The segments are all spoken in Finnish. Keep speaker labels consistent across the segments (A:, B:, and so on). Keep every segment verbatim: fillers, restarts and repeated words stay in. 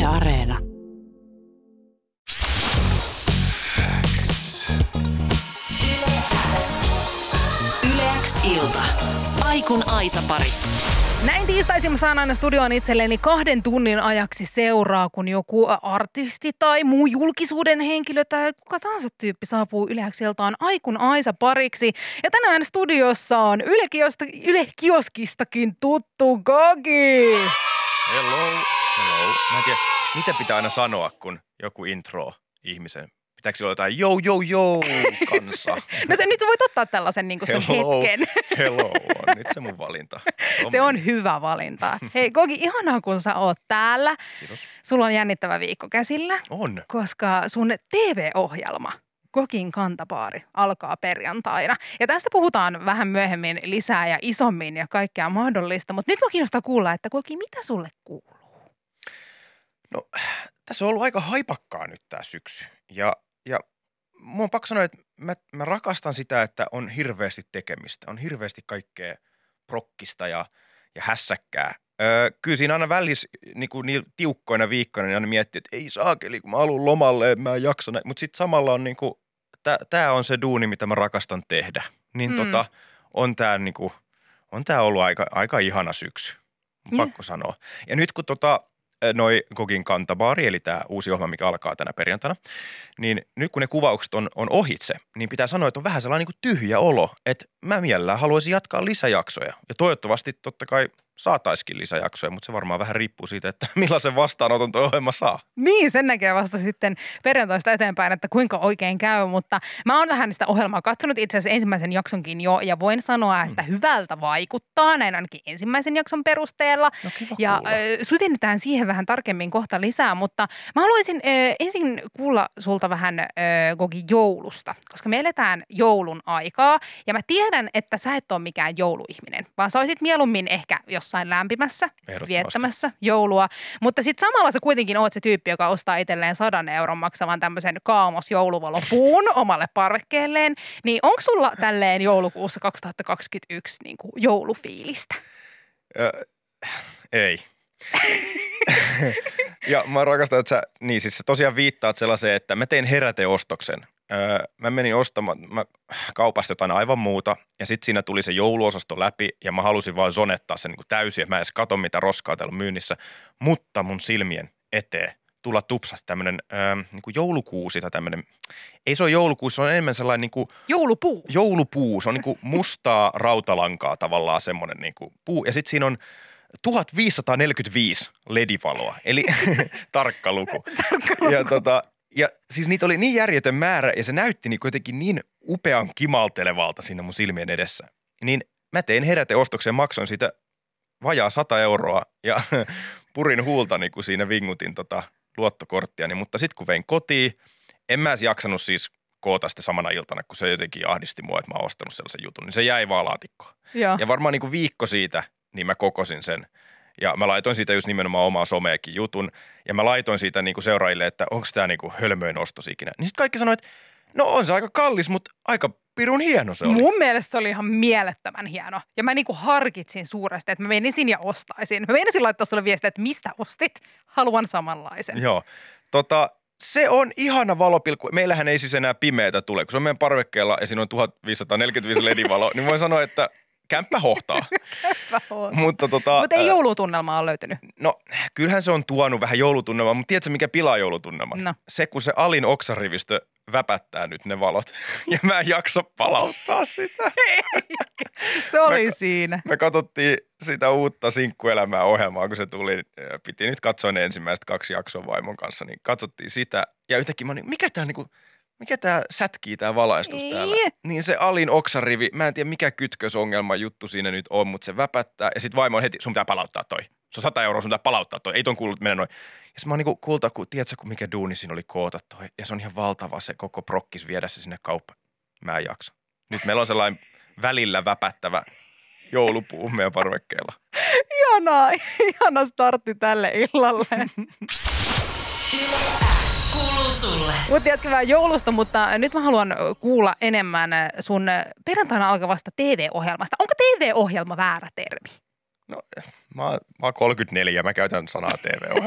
A: Yle Areena. Yle X. Yle X ilta. Aikun Aisa-pari.
B: Näin tiistaisin mä saan aina studioon itselleni kahden tunnin ajaksi seuraa, kun joku artisti tai muu julkisuuden henkilö tai kuka tahansa tyyppi saapuu Yle X-iltaan Aikun Aisa-pariksi. Ja tänään studiossa on Yle, Kiosta, Yle Kioskistakin tuttu Gogi.
C: Hello, hello. Mä en tiedä, mitä pitää aina sanoa, kun joku intro ihmisen. Pitääkö sillä olla jotain jou, jou, jou kanssa?
B: No se nyt voit ottaa tällaisen niin kuin sun
C: hello,
B: hetken.
C: Hello, on nyt se mun valinta.
B: On se on hyvä valinta. Hei Gogi, ihanaa kun sä oot täällä.
C: Kiitos.
B: Sulla on jännittävä viikko käsillä.
C: On.
B: Koska sun T V-ohjelma Gogin kantapaari alkaa perjantaina. Ja tästä puhutaan vähän myöhemmin lisää ja isommin ja kaikkea mahdollista. Mutta nyt mä kiinnostaa kuulla, että Gogi, mitä sulle kuuluu?
C: No, tässä on ollut aika haipakkaa nyt tää syksy. Ja, ja mun on pakko sanoa, että mä, mä rakastan sitä, että on hirveästi tekemistä. On hirveästi kaikkea prokkista ja, ja hässäkkää. Öö, kyllä siinä aina välissä niin kuin niillä tiukkoina viikkoina niin aina miettii, että ei saakeli, kun mä haluan lomalle, mä en jaksa. Mutta sitten samalla on niin kuin, tää on se duuni, mitä mä rakastan tehdä. Niin mm. tota, on tää niin kuin, on tää ollut aika, aika ihana syksy, mm. pakko sanoa. Ja nyt kun tota, noi Gogin kantabaari, eli tämä uusi ohjelma, mikä alkaa tänä perjantaina, niin nyt kun ne kuvaukset on, on ohitse, niin pitää sanoa, että on vähän sellainen niin kuin tyhjä olo, että mä mielellään haluaisin jatkaa lisäjaksoja. Ja toivottavasti totta kai saataisikin lisäjaksoja, mutta se varmaan vähän riippuu siitä, että millaisen vastaanoton tuo ohjelma saa.
B: Niin, sen näkee vasta sitten perjantaista eteenpäin, että kuinka oikein käy, mutta mä oon vähän sitä ohjelmaa katsonut itse asiassa ensimmäisen jaksonkin jo, ja voin sanoa, että mm. hyvältä vaikuttaa, näin ainakin ensimmäisen jakson perusteella.
C: No, kiva
B: ja
C: kuulla.
B: äh, syvennetään siihen vähän tarkemmin kohta lisää, mutta mä haluaisin äh, ensin kuulla sulta vähän äh, Gogi joulusta, koska me eletään joulun aikaa, ja mä tiedän, että sä et ole mikään jouluihminen, vaan sä olisit mieluummin ehkä jossain lämpimässä, viettämässä joulua. Mutta sitten samalla sä kuitenkin oot se tyyppi, joka ostaa itselleen sadan euron maksavan tämmöisen kaamos jouluvalopuun omalle parvekkeelleen. Niin onko sulla tälleen joulukuussa kaksituhattakaksikymmentäyksi niin kuin joulufiilistä?
C: Ö, ei. Ja mä rakastan, että sä, niin siis sä tosiaan viittaat sellaiseen, että mä tein heräteostoksen. Öö, mä menin ostamaan mä kaupasta jotain aivan muuta ja sitten siinä tuli se jouluosasto läpi ja mä halusin vaan zonettaa sen niin kuin täysin, että mä en edes katso mitä roskaa täällä on myynnissä. Mutta mun silmien eteen tulla tupsasti tämmönen öö, niin kuin joulukuusi tai tämmönen, ei se ole joulukuusi, se on enemmän sellainen niin kuin
B: joulupuu.
C: Joulupuu, se on niin kuin mustaa rautalankaa tavallaan semmoinen niin kuin puu ja sitten siinä on tuhatviisisataaneljäkymmentäviisi ledivaloa, eli tarkka luku.
B: Tarkka luku.
C: Ja, tota, ja siis niitä oli niin järjetön määrä ja se näytti niin jotenkin niin upean kimaltelevalta siinä mun silmien edessä. Niin mä tein heräteostoksen, maksoin siitä vajaa sata euroa ja purin huulta niin kuin siinä vingutin tota luottokorttiani. Mutta sitten kun vein kotiin, en mä edes jaksanut siis koota sitä samana iltana, kun se jotenkin ahdisti mua, että mä oon ostanut sellaisen jutun. Niin se jäi vaan laatikkoon. Ja, ja varmaan niin kuin viikko siitä, niin mä kokosin sen. Ja mä laitoin siitä just nimenomaan omaa someekin jutun. Ja mä laitoin siitä niinku seuraajille, että onko tämä niinku hölmöin ostos ikinä. Niin sitten kaikki sanoivat, että no on se aika kallis, mutta aika pirun hieno se oli.
B: Mun mielestä se oli ihan mielettömän hieno. Ja mä niinku harkitsin suuresti, että mä menisin ja ostaisin. Mä menisin laittaa sulle viestiä, että mistä ostit. Haluan samanlaisen.
C: Joo. Tota, se on ihana valopilkku. Meillähän ei siis enää pimeätä tule. Kun se on meidän parvekkeella ja siinä on tuhatviisisataaneljäkymmentäviisi ledivalo, niin voin sanoa, että kämppä hohtaa.
B: Kämppä hohtaa.
C: Mutta tota,
B: Mut ei joulutunnelmaa ole löytynyt.
C: No, kyllähän se on tuonut vähän joulutunnelmaa, mutta tiedätkö mikä pilaa joulutunnelman?
B: No.
C: Se, kun se alin oksanrivistö väpättää nyt ne valot ja mä en jaksa palauttaa sitä.
B: Se oli
C: me,
B: siinä.
C: Me katsottiin sitä uutta sinkkuelämää ohjelmaa, kun se tuli. Piti nyt katsoa ne ensimmäiset kaksi jaksoa vaimon kanssa, niin katsottiin sitä. Ja yhtäkkiä mä olin, mikä tää niinku... Mikä tää sätkii tää valaistus
B: Ei.
C: täällä? Niin se alin oksarivi, mä en tiedä mikä kytkösongelma juttu siinä nyt on, mutta se väpättää. Ja sit vaimo on heti, sun pitää palauttaa toi. Se on sata euroa, sun pitää palauttaa toi. Ei ton kuullut mennä noin. Ja sit mä oon niinku kuulta, kun tiedätkö, kun mikä duuni siinä oli koota toi. Ja se on ihan valtava se koko prokkis viedä se sinne kauppaan. Mä en jaksa. Nyt meillä on sellainen välillä väpättävä joulupuu meidän parvekkeella.
B: Ihanaa, ihana startti tälle illalle.
A: Kuuluu sulle.
B: Mutta tiedätkö vähän joulusta, mutta nyt mä haluan kuulla enemmän sun perjantaina alkavasta T V-ohjelmasta. Onko T V-ohjelma väärä termi?
C: No, mä, oon- mä oon kolmekymmentäneljä, mä käytän sanaa T V-ohjelma.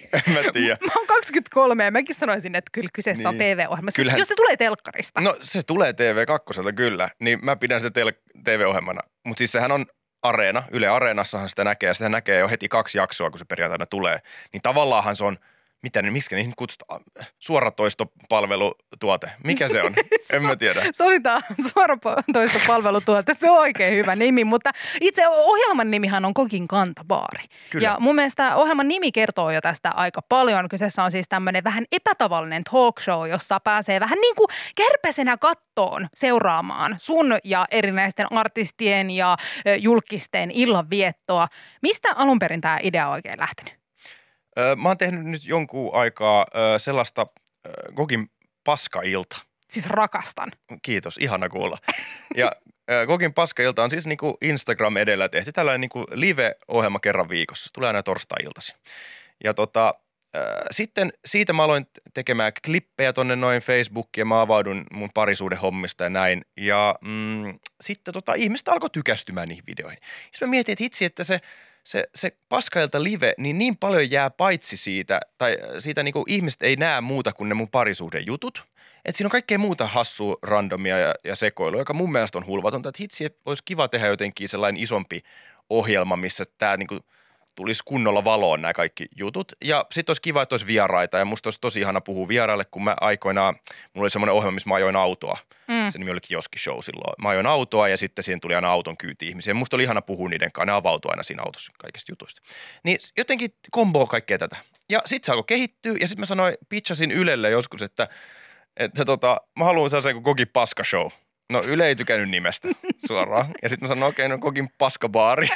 C: en mä tiedä.
B: Mä oon kaksikymmentäkolme ja mäkin sanoisin, että kyllä kyseessä niin. on T V-ohjelma. Kyllähän... Jos se tulee telkkarista.
C: No se tulee T V kaksi kyllä, niin mä pidän sitä tel- T V-ohjelmana. Mutta siis sehän on Areena, Yle Areenassahan sitä näkee ja sitä näkee jo heti kaksi jaksoa, kun se perjantaina tulee. Niin tavallaanhan se on, mitä ne, miksi niihin kutsutaan, suoratoistopalvelutuote. Mikä se on? En mä tiedä.
B: Sovitaan suoratoistopalvelutuote, se on oikein hyvä nimi, mutta itse ohjelman nimihän on Kokin kantabaari. Kyllä. Ja mun mielestä ohjelman nimi kertoo jo tästä aika paljon. Kyseessä on siis tämmöinen vähän epätavallinen talk show, jossa pääsee vähän niin kuin kärpäsenä kattoon seuraamaan sun ja erinäisten artistien ja julkisten illanviettoa. Mistä alun perin tämä idea on oikein lähtenyt?
C: Mä oon tehnyt nyt jonkun aikaa sellaista Kokin paskailta.
B: Siis rakastan.
C: Kiitos, ihana kuulla. Ja Kokin paskailta on siis niinku Instagram edellä tehty tällainen niinku live-ohjelma kerran viikossa. Tulee aina torstai-iltaisin. Ja tota, äh, sitten siitä mä aloin tekemään klippejä tonne noin Facebookiin ja mä avaudun mun parisuuden hommista ja näin. Ja mm, sitten tota, ihmiset alkoi tykästymään niihin videoihin. Sitten mä mietin, että hitsi, että se Se, se paskailta live, niin niin paljon jää paitsi siitä, tai siitä niin kuin ihmiset ei näe muuta kuin ne mun parisuhden jutut. Että siinä on kaikkea muuta hassua, randomia ja, ja sekoilua, joka mun mielestä on hulvatonta. Että hitsi, että olisi kiva tehdä jotenkin sellainen isompi ohjelma, missä tämä niin kuin tulisi kunnolla valoon nämä kaikki jutut. Ja sitten olisi kiva, että olisi vieraita ja musta olisi tosi ihana puhua vieraille, kun mä aikoinaan, mulla oli semmoinen ohjelma, missä mä ajoin autoa. Mm. Se nimi oli Kioski Show silloin. Mä ajoin autoa ja sitten siihen tuli aina auton kyyti ihmisiä. Musta oli ihana puhua niiden kanssa, ne avautui aina siinä autossa kaikista jutuista. Niin jotenkin komboa kaikkea tätä. Ja sitten se alkoi kehittyä ja sitten mä sanoin, pitchasin Ylelle joskus, että, että tota, mä haluan sellaisen kuin Kokin Paska Show. No Yle ei tykännyt nimestä suoraan. Ja sitten mä sanoin, okei, okay, no Kokin Paskabaari.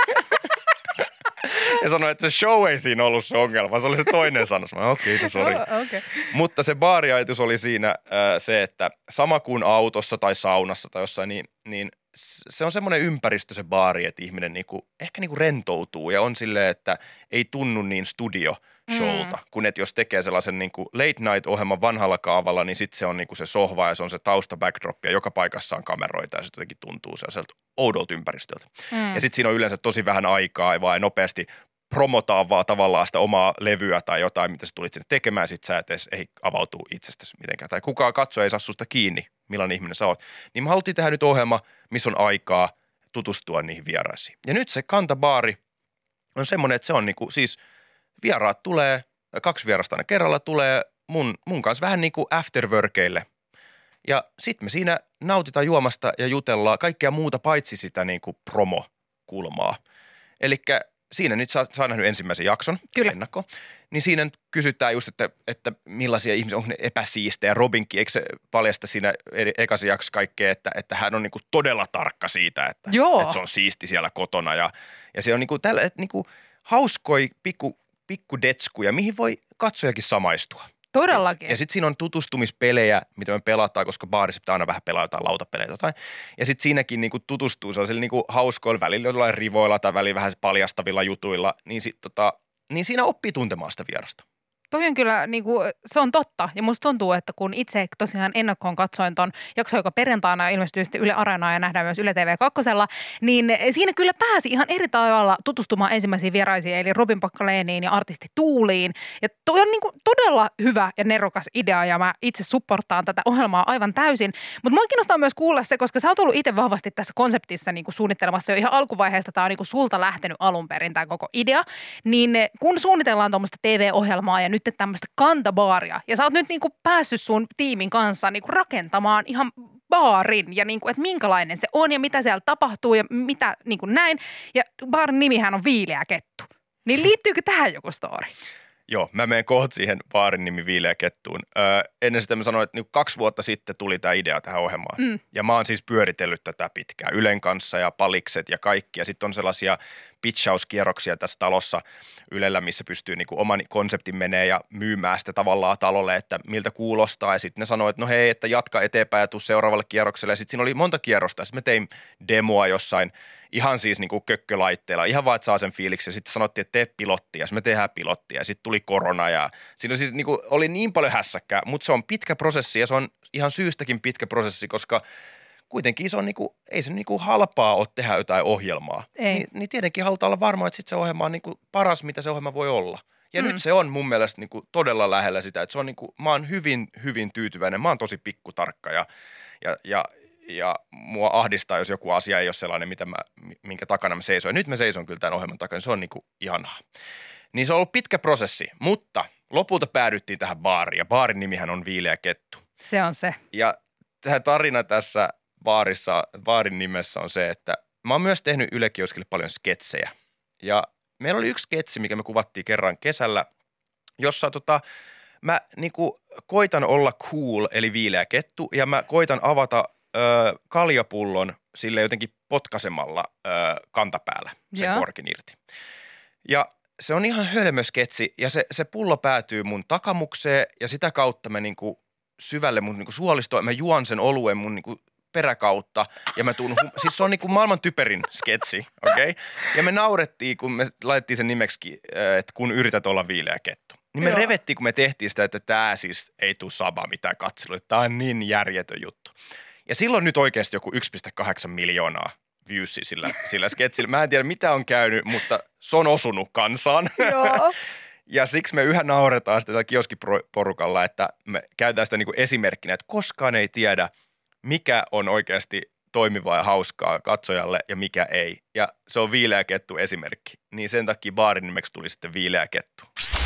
C: Ja sanoin, että se show ei siinä ollut se ongelma. Se oli se toinen sana. Mä okei, okay, sori.
B: Oh, okay.
C: Mutta se baariajatus oli siinä äh, se, että sama kuin autossa tai saunassa tai jossain, niin, niin se on semmoinen ympäristö se baari, että ihminen niinku, ehkä niinku rentoutuu ja on silleen, että ei tunnu niin studio showlta, mm. kun että jos tekee sellaisen niinku late night-ohjelman vanhalla kaavalla, niin sitten se on niinku se sohva ja se on se tausta backdrop ja joka paikassa on kameroita ja se jotenkin tuntuu sellaiselta oudolta ympäristöltä. Mm. Ja sitten siinä on yleensä tosi vähän aikaa ja vaan nopeasti promotaan vaan tavallaan sitä omaa levyä tai jotain, mitä sä tulit sinne tekemään, sit sä et edes ei avautuu itsestäsi mitenkään. Tai kukaan katsoja ei saa susta kiinni, millainen ihminen sä oot. Niin me haluttiin tehdä nyt ohjelma, missä on aikaa tutustua niihin vieraisiin. Ja nyt se kantabaari on semmoinen, että se on niinku, siis vieraat tulee, kaksi vierasta aina kerralla tulee mun, mun kanssa vähän niin kuin afterworkeille. Ja sitten me siinä nautitaan juomasta ja jutellaan kaikkea muuta paitsi sitä niin kuin promo-kulmaa. Elikkä siinä nyt saa, saa nähnyt ensimmäisen jakson,
B: Kyllä.
C: ennakko, niin siinä nyt kysytään just, että, että millaisia ihmisiä, onko ne epäsiistejä. Robinkin, eikö se paljasta siinä ekassa jaksossa kaikkea, että, että hän on niinku todella tarkka siitä, että, että se on siisti siellä kotona. Ja, ja se on niinku tällä, että niinku hauskoi pikku, pikku detskuja, mihin voi katsojakin samaistua.
B: Todellakin.
C: Ja sitten siinä on tutustumispelejä, mitä me pelataan, koska baarissa pitää aina vähän pelaa jotain lautapelejä jotain. Ja sitten siinäkin niinku tutustuu sellaisilla niinku hauskoilla välillä jollain rivoilla tai välillä vähän paljastavilla jutuilla, niin, sit tota, niin siinä oppii tuntemaan sitä vierasta.
B: Toi on kyllä, niin kuin, se on totta. Ja musta tuntuu, että kun itse tosiaan ennakkoon katsoin ton jakson, joka perjantaina ilmestyy sitten Yle Areenaan ja nähdään myös Yle T V kaksi, niin siinä kyllä pääsi ihan eri tavalla tutustumaan ensimmäisiin vieraisiin, eli Robin Pakkaleeniin ja artisti Tuuliin. Ja toi on niin kuin todella hyvä ja nerokas idea, ja mä itse supportaan tätä ohjelmaa aivan täysin. Mutta mua kiinnostaa myös kuulla se, koska sä oot ollut itse vahvasti tässä konseptissa niin kuin suunnittelemassa jo ihan alkuvaiheesta. Tää on niin kuin sulta lähtenyt alun perin tämä koko idea. Niin kun suunnitellaan tuommoista T V-ohjelmaa ja nyt tämmöistä kantabaaria. Ja sä oot nyt niinku päässyt sun tiimin kanssa niinku rakentamaan ihan baarin ja niinku, että minkälainen se on ja mitä siellä tapahtuu ja mitä niinku näin. Ja baarin nimihän on Viileä kettu. Niin liittyykö tähän joku story?
C: Joo, mä menen kohta siihen baarin nimi Viileä kettuun. Öö, ennen sitä mä sanoin, että kaksi vuotta sitten tuli tämä idea tähän ohjelmaan. Mm. Ja mä oon siis pyöritellyt tätä pitkään Ylen kanssa ja palikset ja kaikki. Ja sitten on sellaisia pitchauskierroksia tässä talossa Ylellä, missä pystyy niinku oman konseptin menee ja myymään sitä tavallaan talolle, että miltä kuulostaa. Ja sitten ne sanoi, että no hei, että jatka eteenpäin ja tuu seuraavalle kierrokselle. Ja sitten siinä oli monta kierrosta. Sitten me tein demoa jossain ihan siis niinku kökkölaitteella, ihan vaan, että saa sen fiiliksi. Ja sitten sanottiin, että tee pilottia, ja me tehdään pilottia. Ja sitten tuli korona ja siinä siis niinku oli niin paljon hässäkkää, mutta se on pitkä prosessi ja se on ihan syystäkin pitkä prosessi, koska kuitenkin se on niinku, ei se niinku halpaa ole tehdä jotain ohjelmaa. Ni, niin tietenkin halutaan olla varma, että sitten se ohjelma on niinku paras, mitä se ohjelma voi olla. Ja mm. nyt se on mun mielestä niin kuin todella lähellä sitä, että se on niin kuin, mä oon hyvin, hyvin tyytyväinen. Mä oon tosi pikkutarkka ja, ja, ja, ja mua ahdistaa, jos joku asia ei ole sellainen, mitä mä, minkä takana mä seison. Ja nyt mä seison kyllä tämän ohjelman takana, se on niin kuin ihanaa. Niin se on ollut pitkä prosessi, mutta lopulta päädyttiin tähän baariin ja baarin nimihän on Viileä kettu.
B: Se on se.
C: Ja tämä tarina tässä baarissa, baarin nimessä on se, että mä oon myös tehnyt Yle Kioskille paljon sketsejä. Ja meillä oli yksi sketsi, mikä me kuvattiin kerran kesällä, jossa tota, mä niinku koitan olla cool, eli viileä kettu, ja mä koitan avata ö, kaljapullon sille jotenkin potkasemalla ö, kantapäällä sen
B: Joo.
C: korkin irti. Ja se on ihan hölmö sketsi, ja se, se pullo päätyy mun takamukseen, ja sitä kautta mä niinku syvälle mun niinku suolistoon, mä juon sen oluen mun niinku peräkautta, ja mä tuun, hum- siis se on niinku maailman typerin sketsi, okei? Okay? Ja me naurettiin, kun me laitettiin sen nimeksi, että kun yrität olla viileä kettu. Niin me Joo. revettiin, kun me tehtiin sitä, että tää siis ei tule sama mitään katselua, että tää on niin järjetön juttu. Ja silloin nyt oikeasti joku yksi pilkku kahdeksan miljoonaa viewsia sillä, sillä sketsillä. Mä en tiedä, mitä on käynyt, mutta se on osunut kansaan.
B: Joo.
C: Ja siksi me yhä nauretaan sitä kioskiporukalla, että me käytetään sitä niinku esimerkkinä, että koskaan ei tiedä, mikä on oikeasti toimivaa ja hauskaa katsojalle ja mikä ei. Ja se on Viileä kettu esimerkki. Niin sen takia baarin nimeksi tuli sitten Viileä kettu.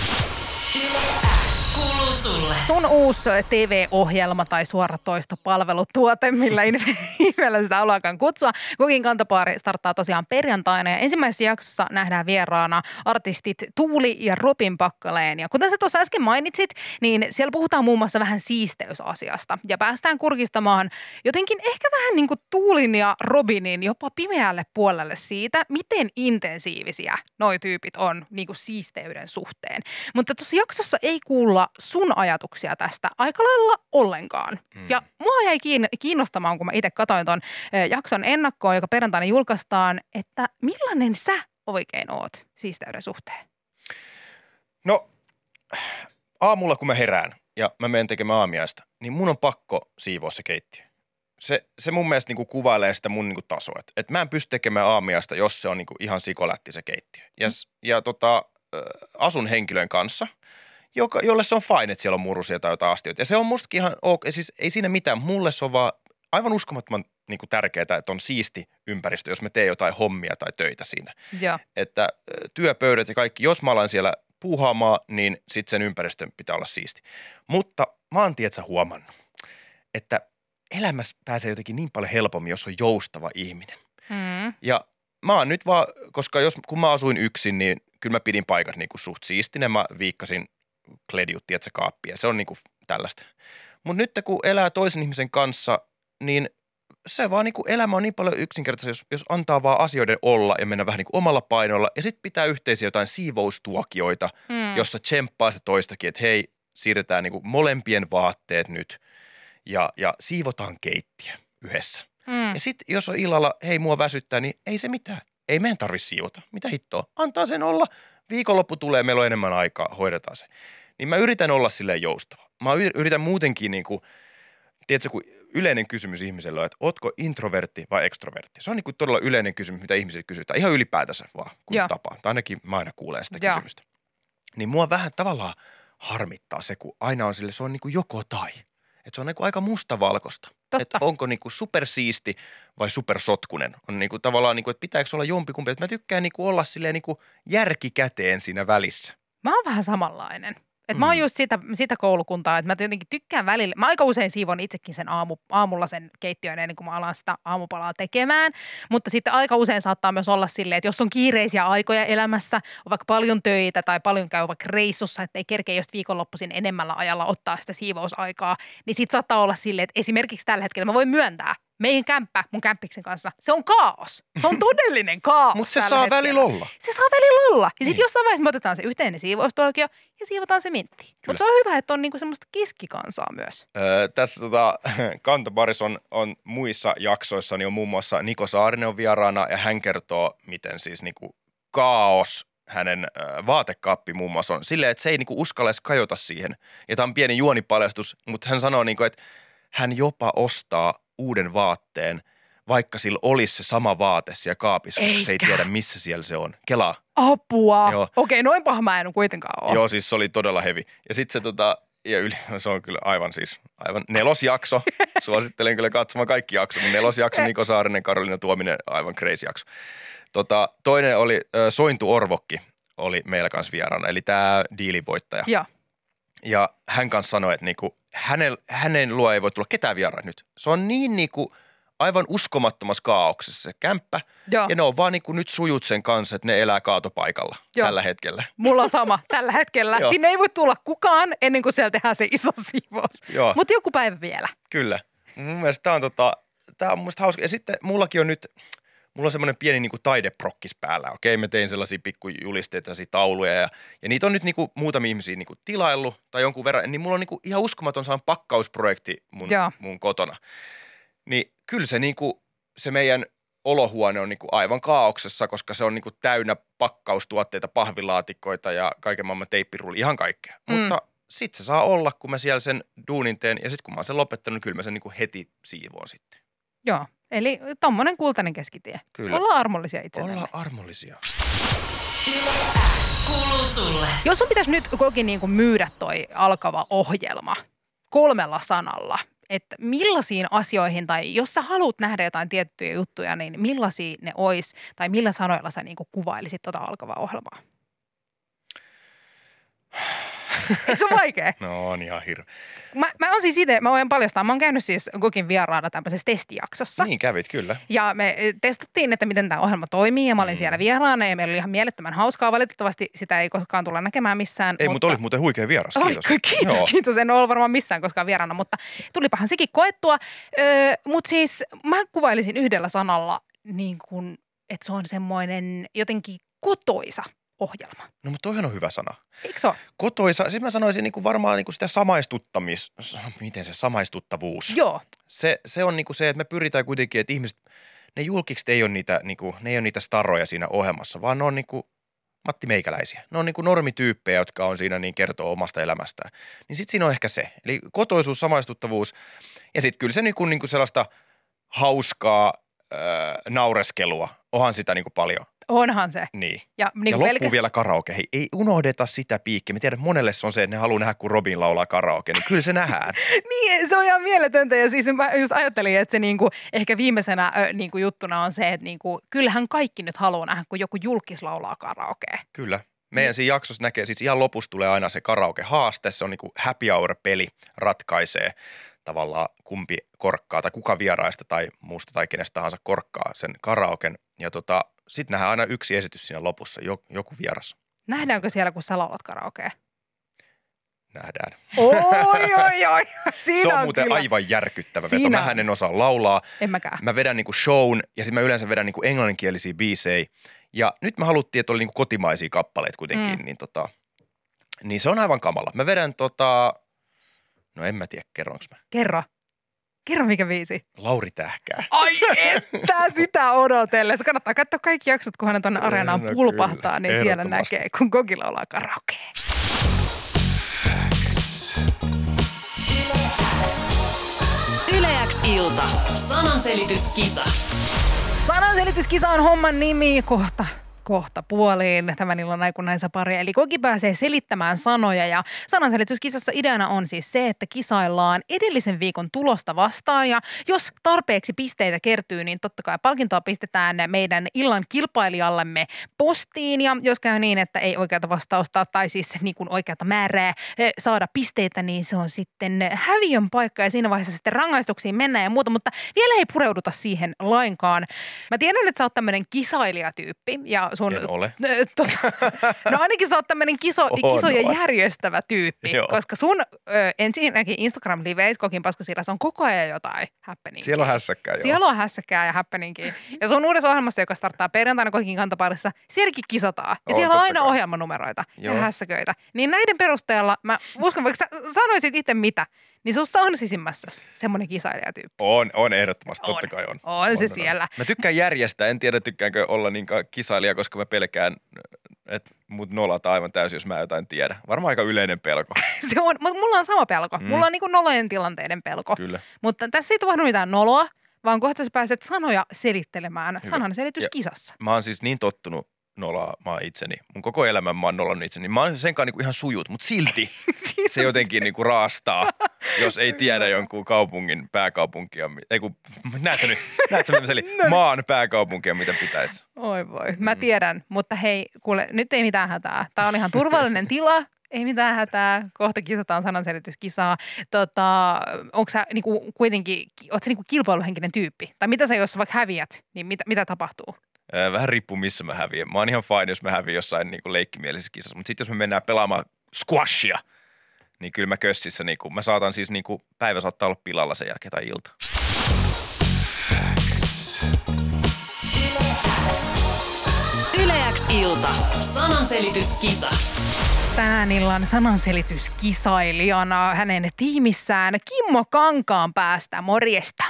A: Kuuluu sulle.
B: Sun uusi T V-ohjelma tai suoratoistopalvelutuote, millä nimellä sitä haluakaan kutsua. Kokin kantapaari starttaa tosiaan perjantaina ja ensimmäisessä jaksossa nähdään vieraana artistit Tuuli ja Robin Packalén. Ja kuten sä tuossa äsken mainitsit, niin siellä puhutaan muun muassa vähän siisteysasiasta ja päästään kurkistamaan jotenkin ehkä vähän niin kuin Tuulin ja Robinin jopa pimeälle puolelle siitä, miten intensiivisiä noi tyypit on niin kuin siisteyden suhteen. Mutta tuossa jaksossa ei kuulla sun ajatuksia tästä aika lailla ollenkaan. Mm. Ja mua jäi kiinnostamaan, kun mä itse katsoin ton jakson ennakkoon, joka perjantaina julkaistaan, että millainen sä oikein oot siisteyden suhteen?
C: No, aamulla kun mä herään ja mä menen tekemään aamiaista, niin mun on pakko siivoa se keittiö. Se, se mun mielestä niinku kuvailee sitä mun niinku tasoa. Että et mä en pysty tekemään aamiaista, jos se on niinku ihan sikolätti se keittiö. Ja, mm. ja tota, asun henkilön kanssa, joka, jolle se on fine, että siellä on murusia tai jotain astioita. Ja se on mustakin ihan ok, siis ei siinä mitään. Mulle se on vaan aivan uskomattoman niin kuin tärkeää, että on siisti ympäristö, jos mä teen jotain hommia tai töitä siinä.
B: Ja. Että
C: työpöydät ja kaikki, jos mä alan siellä puuhaamaan, niin sitten sen ympäristön pitää olla siisti. Mutta mä oon tietsä huomannut, että elämässä pääsee jotenkin niin paljon helpommin, jos on joustava ihminen. Hmm. Ja mä oon nyt vaan, koska jos, kun mä asuin yksin, niin kyllä mä pidin paikat niin kuin suht siistinen. Mä viikkasin kledjut, tietsä, kaappia. Se on niin kuin tällaista. Mutta nyt kun elää toisen ihmisen kanssa, niin se vaan niin kuin elämä on niin paljon yksinkertaisesti, jos, jos antaa vaan asioiden olla ja mennä vähän niin kuin omalla painolla. Ja sitten pitää yhteisiä jotain siivoustuokioita, mm. jossa tsemppaa se toistakin, että hei, siirretään niin kuin molempien vaatteet nyt ja, ja siivotaan keittiö yhdessä. Mm. Ja sitten jos on illalla, hei mua väsyttää, niin ei se mitään. Ei meidän tarvitse siivota. Mitä hittoa? Antaa sen olla. Viikonloppu tulee, meillä on enemmän aikaa, hoidetaan se. Niin mä yritän olla silleen joustava. Mä yritän muutenkin niin kuin, tiedätkö, kun yleinen kysymys ihmisellä on, että ootko introvertti vai extrovertti? Se on niin kuin todella yleinen kysymys, mitä ihmisiltä kysytään. Ihan ylipäätänsä vaan, kun Joo. tapaa. Tai ainakin mä aina kuulen sitä Joo. kysymystä. Niin mua vähän tavallaan harmittaa se, kun aina on sille, se on niin kuin joko tai. Että se on niin kuin aika mustavalkoista. Että onko niin kuin supersiisti vai supersotkunen. On niin kuin tavallaan, niin kuin, että pitääkö olla jompikumpi. Että mä tykkään niin kuin olla silleen niin kuin järkikäteen siinä välissä.
B: Mä oon vähän samanlainen. Että mm. mä oon just sitä, sitä koulukuntaa, että mä jotenkin tykkään välillä. Mä aika usein siivon itsekin sen aamu, aamulla sen keittiön ennen kuin mä alan sitä aamupalaa tekemään. Mutta sitten aika usein saattaa myös olla silleen, että jos on kiireisiä aikoja elämässä, on vaikka paljon töitä tai paljon käy vaikka reissussa, että ei kerkeä just viikonloppuisin enemmällä ajalla ottaa sitä siivousaikaa, niin sit saattaa olla silleen, että esimerkiksi tällä hetkellä mä voin myöntää, meidän kämppä mun kämppiksen kanssa, se on kaos. Se on todellinen kaos.
C: Mutta se saa hetkellä. välillä olla.
B: Se saa välillä olla. Ja sitten niin. jossain vaiheessa me otetaan se yhteinen siivoustuokio ja siivotaan se mintti. Mutta se on hyvä, että on niinku semmoista kiskikansaa myös.
C: Öö, tässä tota, Kantabarissa on, on muissa jaksoissa, niin on muun muassa Niko Saarinen on vieraana ja hän kertoo, miten siis niinku kaos hänen ö, vaatekaappi muun muassa on. Silleen, että se ei niinku uskalla edes kajota siihen. Ja tämä on pieni juonipaljastus, mutta hän sanoo, niinku, että hän jopa ostaa uuden vaatteen, vaikka sillä olisi se sama vaate siellä kaapissa, koska Eikä. se ei tiedä, missä siellä se on. Kelaa.
B: Apua.
C: Joo.
B: Okei, noin paha mä en kuitenkaan ole.
C: Joo, siis se oli todella hevi. Ja sitten se tota, ja yli, se on kyllä aivan siis, aivan nelosjakso. Suosittelen kyllä katsomaan kaikki jaksot. Nelosjakso, Niko Saarinen, Karoliina Tuominen, aivan crazy jakso. Tota, toinen oli äh, Sointu Orvokki, oli meillä kanssa vieraana, eli tämä diilivoittaja.
B: Joo.
C: Ja hän kanssa sanoi, että niinku, hänen, hänen luo ei voi tulla ketään vieraan nyt. Se on niin niinku aivan uskomattomassa kaauksessa se kämppä.
B: Joo.
C: Ja ne on vaan niinku nyt sujut sen kanssa, että ne elää kaatopaikalla Joo. tällä hetkellä.
B: Mulla on sama tällä hetkellä. Sinne ei voi tulla kukaan ennen kuin siellä tehdään se iso siivous. Mutta joku päivä vielä.
C: Kyllä. Mun mielestä tämä on, tota, tää on mun mielestä hauska. Ja sitten mullakin on nyt, mulla on semmoinen pieni niinku taideprokkis päällä. Okei, mä tein sellaisia pikkujulisteita, sellaisia tauluja ja, ja niitä on nyt niinku muutamia ihmisiä niinku tilaillut tai jonkun verran. Niin mulla on niinku ihan uskomaton saan pakkausprojekti mun, mun kotona. Niin kyllä se, niinku, se meidän olohuone on niinku aivan kaauksessa, koska se on niinku täynnä pakkaustuotteita, pahvilaatikoita ja kaiken maailman teippirulli, ihan kaikkea. Mm. Mutta sitten se saa olla, kun mä siellä sen duunin teen ja sitten kun mä oon sen lopettanut, niin kyllä mä sen niinku heti siivoon sitten.
B: Joo, eli tommonen kultainen keskitie.
C: Kyllä.
B: Ollaan armollisia itsellemme.
C: Ollaan armollisia.
A: Kuuluu sulle.
B: Jos sun pitäisi nyt kokin niin kuin myydä toi alkava ohjelma kolmella sanalla, että millaisiin asioihin tai jos sä haluat nähdä jotain tiettyjä juttuja, niin millaisia ne ois tai millä sanoilla sä niin kuin kuvailisit tota alkavaa ohjelmaa? Eikö se ole vaikea?
C: No on ihan hirveä.
B: Mä, mä oon siis itse, mä voin paljastaa, mä oon käynyt siis Kokin vieraana tämmöisessä testijaksossa.
C: Niin kävit, kyllä.
B: Ja me testattiin, että miten tämä ohjelma toimii ja mä olin mm. siellä vieraana ja meillä oli ihan mielettömän hauskaa. Valitettavasti sitä ei koskaan tulla näkemään missään.
C: Ei, mutta olit muuten huikea vieras, kiitos.
B: Oi, kiitos, Joo. kiitos. En ole varmaan missään koskaan vieraana, mutta tulipahan sekin koettua. Öö, mutta siis mä kuvailisin yhdellä sanalla niin kuin, että se on semmoinen jotenkin kotoisa ohjelma.
C: No mutta toihan on hyvä sana.
B: Eikö se ole?
C: Kotoisa, siis mä sanoisin niin kuin varmaan niin kuin sitä samaistuttamis, miten se samaistuttavuus.
B: Joo.
C: Se, se on niin kuin se, että me pyritään kuitenkin, että ihmiset, ne julkikset ei ole niitä, niin kuin, ne ei ole niitä staroja siinä ohjelmassa, vaan ne on niin kuin Matti Meikäläisiä. Ne on niin kuin normityyppejä, jotka on siinä niin kertoo omasta elämästään. Niin sit siinä on ehkä se. Eli kotoisuus, samaistuttavuus ja sitten kyllä se niin kuin, niin kuin sellaista hauskaa äh, naureskelua. Onhan sitä niin kuin paljon.
B: Onhan se.
C: Niin.
B: Ja, niin
C: ja loppuu
B: pelkäs...
C: vielä karaoke. Hei, ei unohdeta sitä piikkiä. Mä tiedän, että monelle se on se, että ne haluaa nähdä, kun Robin laulaa karaoke. Niin kyllä se nähdään.
B: Niin, se on ihan mieletöntä. Ja siis mä just ajattelin, että se niinku, ehkä viimeisenä niinku juttuna on se, että niinku, kyllähän kaikki nyt haluaa nähdä, kun joku julkis laulaa karaokea.
C: Kyllä. Meidän siinä jaksossa näkee, siis ihan lopussa tulee aina se karaoke-haaste. Se on niinku happy hour-peli, ratkaisee tavallaan kumpi korkkaa tai kuka vieraista tai muusta tai kenestä tahansa korkkaa sen karaoken. Ja tota, sitten nähdään aina yksi esitys siinä lopussa, joku vieras.
B: Nähdäänkö siellä, kun sä laulat karaokea?
C: Nähdään.
B: Oi, oi, oi. Siinä
C: se on,
B: on
C: muuten
B: kyllä
C: aivan järkyttävä
B: Siinä
C: veto. Mähän en osaa laulaa.
B: En mäkään.
C: Mä vedän niinku shown ja sitten mä yleensä vedän niinku englanninkielisiä biisejä. Ja nyt mä haluttiin, että oli niinku kotimaisia kappaleita kuitenkin, mm. niin, tota, niin se on aivan kamala. Mä vedän tota, no en mä tiedä, kerronko mä.
B: Kerro. Kerro mikä biisi.
C: Lauri Tähkää.
B: Ai että sitä odotellessa. Kannattaa katsoa kaikki jaksot, kun hän tuonne areenaan no, pulpahtaa, niin siellä näkee, kun Koki laulaa karaokea.
A: Yle X ilta. Sananselityskisa.
B: Sananselityskisa on homman nimi kohta. Kohta puoliin tämän illan aikunaisa pari. Eli Koki pääsee selittämään sanoja ja sananselityskisassa ideana on siis se, että kisaillaan edellisen viikon tulosta vastaan ja jos tarpeeksi pisteitä kertyy, niin totta kai palkintoa pistetään meidän illan kilpailijallemme postiin ja jos käy niin, että ei oikeata vastausta tai siis niin kuin oikeata määrää saada pisteitä, niin se on sitten häviön paikka ja siinä vaiheessa sitten rangaistuksiin mennään ja muuta, mutta vielä ei pureuduta siihen lainkaan. Mä tiedän, että sä oot tämmöinen kisailijatyyppi ja sun,
C: en ole.
B: Tota, no ainakin sä oot tämmöinen kiso, kisoja on. järjestävä tyyppi, Joo. koska sun ö, ensinnäkin Instagram-liveissä Kokin paskasillassa on koko ajan jotain happeningia.
C: Siellä on hässäkkää,
B: Siellä on hässäkkää ja happeningia. Ja sun uudessa ohjelmassa, joka starttaa perjantaina Kokin kantaparissa, sielläkin kisataan. Ja on, siellä on aina kai. ohjelmanumeroita Joo. ja hässäköitä. Niin näiden perusteella mä uskon, vaikka sä sanoisit itse mitä, niin sussa on sisimmässä semmoinen kisailijatyyppi.
C: On, on ehdottomasti, totta kai on.
B: On, on se on, siellä.
C: Mä tykkään järjestää, en tiedä tykkäänkö olla niinkaan kisailija, koska mä pelkään, että mut nolataan aivan täysin, jos mä jotain tiedä. Varmaan aika yleinen pelko.
B: Se on, mutta mulla on sama pelko. Mm. Mulla on niinku nolojen tilanteiden pelko.
C: Kyllä.
B: Mutta tässä ei tapahdu mitään noloa, vaan kohta sä pääset sanoja selittelemään sananselitys kisassa.
C: Mä oon siis niin tottunut nolaamaan itseni. Mun koko elämän mä oon nollannut itseni. Mä oon senkaan niinku ihan sujut, mutta silti se jotenkin niinku raastaa, jos ei tiedä jonkun kaupungin pääkaupunkia. Ei kun, näet sä nyt, näet sä no. maan pääkaupunkia, mitä pitäisi.
B: Oi voi, mä tiedän, mutta hei, kuule, nyt ei mitään hätää. Tää on ihan turvallinen tila. Ei mitään hätää. Kohta kisataan sananselityskisaa. Tota, onko sä niinku, kuitenkin, oot sä niinku kilpailuhenkinen tyyppi? Tai mitä sä, jos vaikka häviät, niin mitä, mitä tapahtuu?
C: Vähän riippuu, missä mä häviän. Mä oon ihan fine, jos mä häviän jossain niinku leikkimielisessä kisassa. Mutta sitten jos me mennään pelaamaan squashia, niin kyllä mä kössissä, niinku, mä saatan siis niinku, päivä saattaa olla pilalla sen jälkeen tai ilta.
A: Yle X ilta. Sananselityskisa.
B: Tänään illan sananselityskisailijana hänen tiimissään Kimmo Kankaanpäästä. Morjesta.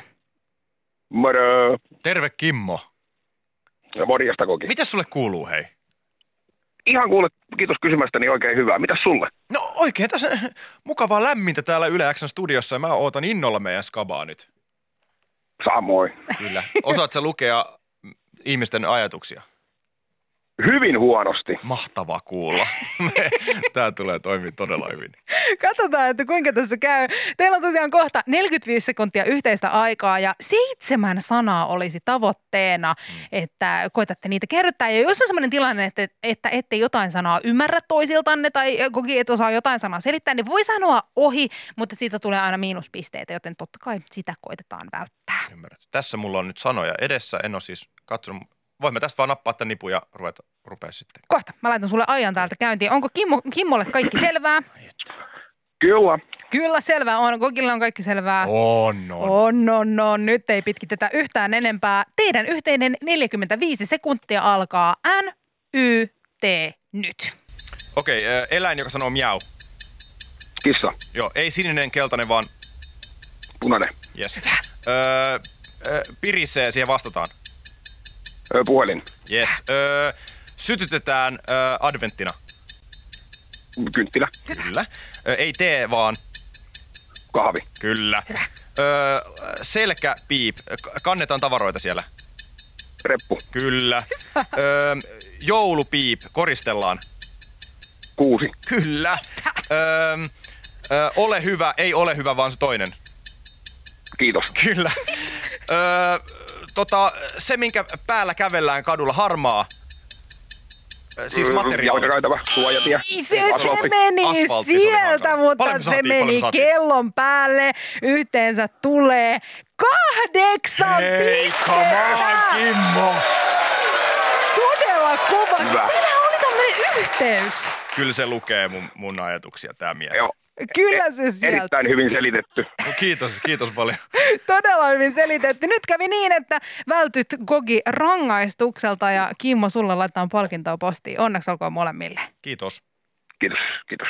D: Moro.
C: Terve Kimmo.
D: Ja morjesta koki.
C: Mitäs sulle kuuluu, hei?
D: Ihan kuule, kiitos kysymästä, niin oikein hyvää. Mitäs sulle?
C: No oikein tässä mukavaa lämmintä täällä Yle X:n studiossa ja mä ootan innolla meidän skabaa nyt.
D: Samoin.
C: Kyllä. Osaat sä lukea ihmisten ajatuksia?
D: Hyvin huonosti.
C: Mahtavaa kuulla. Tää tulee toimia todella hyvin.
B: Katsotaan, että kuinka tässä käy. Teillä on tosiaan kohta neljäkymmentäviisi sekuntia yhteistä aikaa ja seitsemän sanaa olisi tavoitteena, mm. että koetatte niitä kerryttää. Ja jos on sellainen tilanne, että, että ette jotain sanaa ymmärrä toisiltanne tai koki et osaa jotain sanaa selittää, niin voi sanoa ohi, mutta siitä tulee aina miinuspisteitä, joten totta kai sitä koitetaan välttää.
C: Ymmärrät. Tässä mulla on nyt sanoja edessä. En ole siis katsonut. Voimme tästä vaan nappaa tämän nipun ja ruveta, rupea sitten.
B: Kohta. Mä laitan sulle ajan täältä käyntiin. Onko Kimmo, Kimmolle kaikki selvää?
D: Kyllä.
B: Kyllä selvää on. Kokille on kaikki selvää.
C: On, on.
B: On, on, on. Nyt ei pitkitetä yhtään enempää. Teidän yhteinen neljäkymmentäviisi sekuntia alkaa. N, Y, T, nyt.
C: Okei, okay, eläin, joka sanoo miau.
D: Kissa.
C: Joo, ei sininen, keltainen, vaan...
D: Punainen.
C: Yes. Öö, pirisee, siihen vastataan.
D: Öö, puhelin.
C: Yes. Öö, sytytetään öö, adventtina.
D: Kynttilä.
C: Kyllä. Öö, ei tee, vaan...
D: Kahvi.
C: Kyllä. Öö, selkä, piip. Kannetaan tavaroita siellä.
D: Reppu.
C: Kyllä. Öö, joulupiip. Koristellaan.
D: Kuusi.
C: Kyllä. Öö, öö, ole hyvä. Ei ole hyvä, vaan se toinen.
D: Kiitos.
C: Kyllä. Öö, tota, se, minkä päällä kävellään kadulla, harmaa. Siis materiaali.
D: Jalkakäytävä, suojatie.
B: Se, se meni
C: Asfaltti,
B: sieltä,
C: se
B: mutta
C: paljon
B: se
C: saatiin,
B: meni kellon päälle. Yhteensä tulee kahdeksan
C: Hei, come on, Kimmo!
B: Todella kova. Siis teillä oli tämmöinen yhteys.
C: Kyllä se lukee mun, mun ajatuksia, tää mies.
D: Joo.
B: Kyllä se sieltä.
D: Erittäin hyvin selitetty.
C: No, kiitos, kiitos paljon.
B: Todella hyvin selitetty. Nyt kävi niin, että vältyt Gogi rangaistukselta ja Kimmo, sulla laitetaan palkintoa postiin. Onneksi olkoon molemmille.
C: Kiitos.
D: Kiitos, kiitos.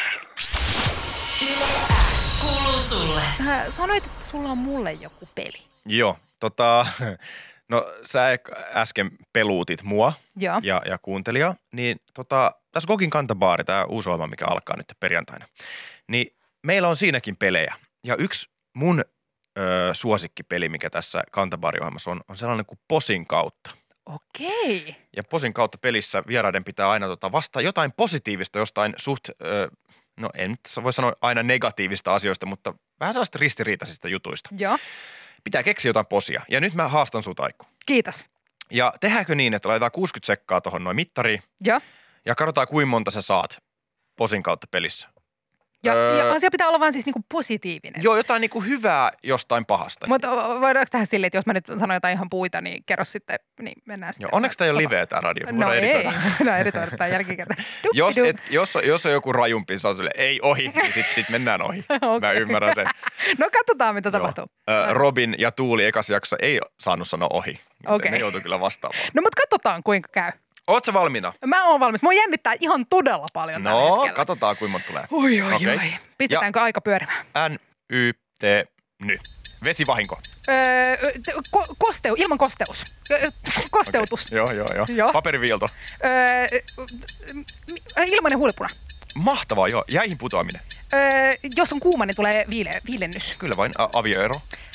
A: X kuuluu sulle.
B: Sä sanoit, että sulla on mulle joku peli.
C: Joo, tota, no sä äsken peluutit mua
B: Joo.
C: ja, ja kuuntelijaa, niin tota, tässä Gogin kantabaari, tämä uusi ohjelma, mikä alkaa nyt perjantaina, niin meillä on siinäkin pelejä. Ja yksi mun ö, suosikkipeli, mikä tässä kantabaariohjelmassa on, on sellainen kuin Posin kautta.
B: Okei.
C: Ja Posin kautta pelissä vieraiden pitää aina tota vastaa jotain positiivista jostain suht, ö, no en nyt voi sanoa aina negatiivista asioista, mutta vähän sellaista ristiriitaisista jutuista.
B: Joo.
C: Pitää keksiä jotain posia. Ja nyt mä haastan sut, Aikku.
B: Kiitos.
C: Ja tehdäänkö niin, että laitetaan kuusikymmentä sekkaa tuohon noin mittariin
B: Joo.
C: ja katsotaan kuinka monta sä saat Posin kautta pelissä.
B: Ja,
C: Öö,
B: ja asia pitää olla vaan siis niinku positiivinen.
C: Joo, jotain niinku hyvää jostain pahasta.
B: Mutta voidaanko tehdä silleen, että jos mä nyt sanon jotain ihan puita, niin kerro sitten, niin mennään sitten.
C: Joo, onneksi tämä ei ole liveä tämä radio.
B: No ei, no editoida tämä jälkikäteen.
C: jos, et, jos, on, jos on joku rajumpi, se on silleen, ei ohi, niin sitten sit mennään ohi. Okay. Mä ymmärrän sen.
B: No katsotaan, mitä tapahtuu.
C: Ö, Robin ja Tuuli ekassa jaksossa ei saanut sanoa ohi.
B: Okay.
C: Ne joutui kyllä vastaamaan.
B: No mutta katsotaan, kuinka käy.
C: Ootko valmiina?
B: Mä oon valmis. Mua jännittää ihan todella paljon tällä
C: No,
B: hetkellä.
C: katsotaan kuinka monta tulee.
B: Oi, oi,
C: okay.
B: oi. Pistetäänkö ja aika pyörimään?
C: N, Y, T, ny. Vesivahinko.
B: Öö, ko- kosteu, ilman kosteus. Öö, kosteutus.
C: Okay. Joo, joo, joo.
B: Joo.
C: Paperiviilto.
B: Öö, ilmainen huulipuna.
C: Mahtavaa, joo. Jäihin putoaminen.
B: Öö, jos on kuuma, niin tulee viile- viilennys.
C: Kyllä vain. A- avioero.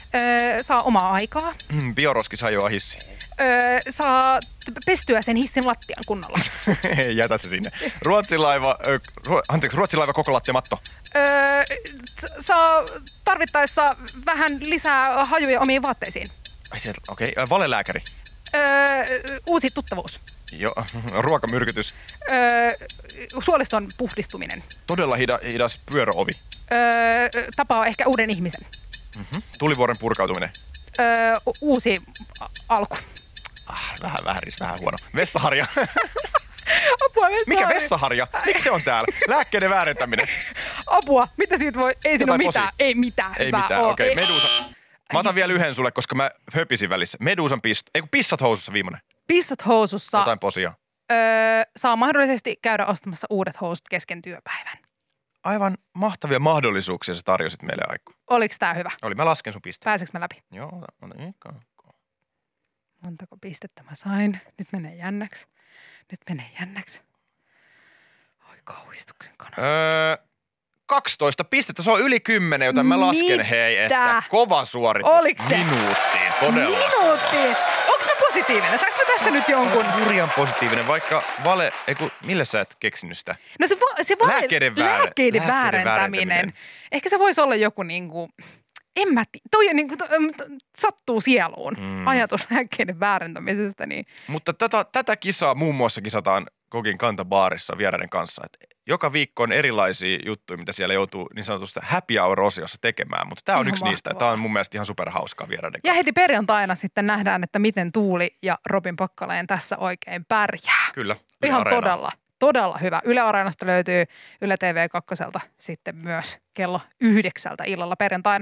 B: Öö, saa omaa aikaa.
C: Mm, bioroskis hajoaa hissi.
B: Öö, saa pestyä sen hissin lattian kunnolla.
C: Ei, jätä se sinne. Ruotsilaiva, ö, ruo, anteeksi, ruotsilaiva koko lattiamatto.
B: Öö, saa tarvittaessa vähän lisää hajuja omiin vaatteisiin.
C: Ai sieltä, okei. Okay. Valelääkäri.
B: Öö, uusi tuttavuus.
C: Joo, ruokamyrkytys.
B: Öö, suoliston puhdistuminen.
C: Todella hida, hidas pyöröovi.
B: Öö, tapaa ehkä uuden ihmisen.
C: Mm-hmm. Tulivuoren purkautuminen.
B: Öö, uusi a- alku.
C: Ah, vähän vääris, vähän huono. Vessaharja.
B: Apua, vessaharja.
C: Mikä vessaharja? Miksi se on täällä? Lääkkeiden väärentäminen.
B: Apua, mitä siitä voi? Ei siinä ole mitään.
C: posi.
B: Ei mitään.
C: Ei
B: Hyvä
C: mitään,
B: oo.
C: okei. Okay.
B: Ei.
C: Medusa. Mä otan vielä yhden sulle, koska mä höpisin välissä. Medusan pisto. Ei kun pissat housussa viimeinen.
B: Pissat housussa.
C: Jotain posia.
B: Öö, saa mahdollisesti käydä ostamassa uudet housut kesken työpäivän.
C: Aivan mahtavia mahdollisuuksia sä tarjosit meille, Aikku.
B: Oliko tää hyvä?
C: Oli, mä lasken sun pisteen.
B: Pääseekö mä läpi?
C: Joo, on yksi.
B: Montako pistettä mä sain? Nyt menee jännäksi. Nyt menee jännäksi. Oi kauhistuksen kanava.
C: Öö, kaksitoista pistettä, se on yli kymmenen, joten mä lasken
B: Mitä?
C: hei, että kova suoritus.
B: Oliko se?
C: Minuuttiin, todella.
B: Minuutti! Onks mä positiivinen? Saanko mä tästä nyt jonkun?
C: Se on hurjan positiivinen, vaikka vale, eiku, millä sä et keksinyt sitä?
B: No se, va- se va-
C: Lääkkeiden väärä-
B: lääkkeiden
C: lääkkeiden
B: väärentäminen.
C: väärentäminen.
B: Ehkä se voisi olla joku niinku, en mä tiedä, toi on niinku, to, to, sattuu sieluun.
C: Mm.
B: Ajatus lääkkeiden väärentämisestä. Niin.
C: Mutta tätä, tätä kisaa muun muassa kisataan Kokin kantabaarissa vieraiden kanssa. Et joka viikko on erilaisia juttuja, mitä siellä joutuu niin sanotusti happy hour-osiossa tekemään. Mutta tämä on
B: Ihan
C: yksi niistä.
B: mahtavaa.
C: Tämä on mun mielestä ihan superhauskaa vieraiden
B: Ja
C: kanssa.
B: heti perjantaina sitten nähdään, että miten Tuuli ja Robin Pakkaleen tässä oikein pärjää.
C: Kyllä. Yle
B: Ihan
C: Areenaa.
B: todella, todella hyvä. Yle Areenasta löytyy Yle T V kaksi sitten myös kello yhdeksältä illalla perjantaina.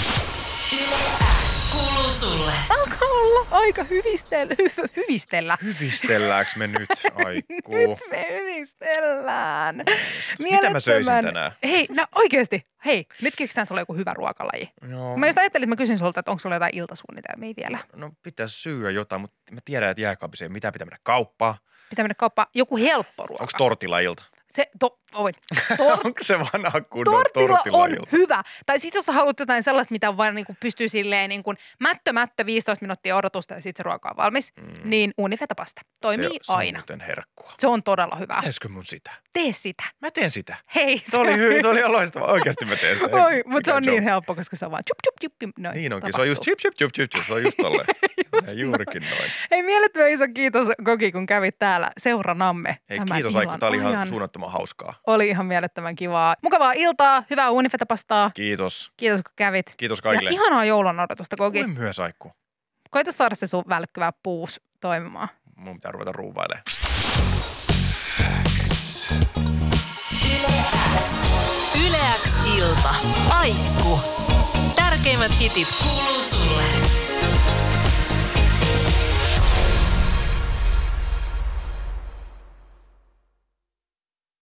A: Kuuluu sulle.
B: Alkaa olla aika hyvistellä. Hy- hyvistellä.
C: Hyvistelläänkö me nyt, Aikku?
B: Nyt me hyvistellään.
C: Mitä mä söisin tänään?
B: Hei, no oikeasti. Hei, nyt keksitään sulle joku hyvä ruokalaji.
C: Joo.
B: Mä just ajattelin, että mä kysyn sulta, että onko sulla jotain iltasuunnitelmia vielä.
C: No pitäisi syödä jotain, mutta mä tiedän, että jääkaapissa ei ole mitään, pitää mennä kauppaan.
B: Pitää mennä kauppaan. Joku helppo ruoka.
C: Onko tortilla-ilta?
B: Se, to, oi. Tor-
C: Onko se vanha kunnon
B: Tortilla on
C: tortilla-ilta?
B: hyvä. Tai sit jos sä haluat jotain sellaista, mitä vaan niin pystyy silleen niin kuin mättö, mättö, viisitoista minuuttia odotusta ja sit se ruoka on valmis, mm. niin unifetapasta. Toimii
C: se, se on
B: aina.
C: muuten herkkua.
B: Se on todella hyvä.
C: Teeskö mun sitä?
B: Tee sitä.
C: Mä teen sitä.
B: Hei.
C: Se oli hyvin, se oli ihan loistava. Oikeasti mä teen sitä. Ei
B: Oi, mutta se
C: mikään
B: on niin
C: joke.
B: helppo, koska se on vaan chup, chup, chup, chup. Noin,
C: Niin onkin.
B: tapahtuu.
C: Se on just chip, chip, chip, chip, chip. Se on just tolleen. Ja juurikin noin.
B: Hei, mielettömän iso kiitos Koki, kun kävit täällä seuranamme.
C: Hei,
B: tämän
C: kiitos
B: illan
C: Aikku. Tää oli ihan
B: ajan.
C: suunnattoman hauskaa.
B: Oli ihan mielettömän kivaa. Mukavaa iltaa, hyvää unifetapastaa.
C: Kiitos.
B: Kiitos, kun kävit.
C: Kiitos kaikille.
B: Ja ihanaa joulun odotusta, Koki.
C: Kuin myös, Aikku.
B: Koita saada se sun välkkyvä puus toimimaan.
C: Mun pitää ruveta ruuvailemaan.
A: Yle X ilta. Aikku. Tärkeimmät hitit kuuluu sulle.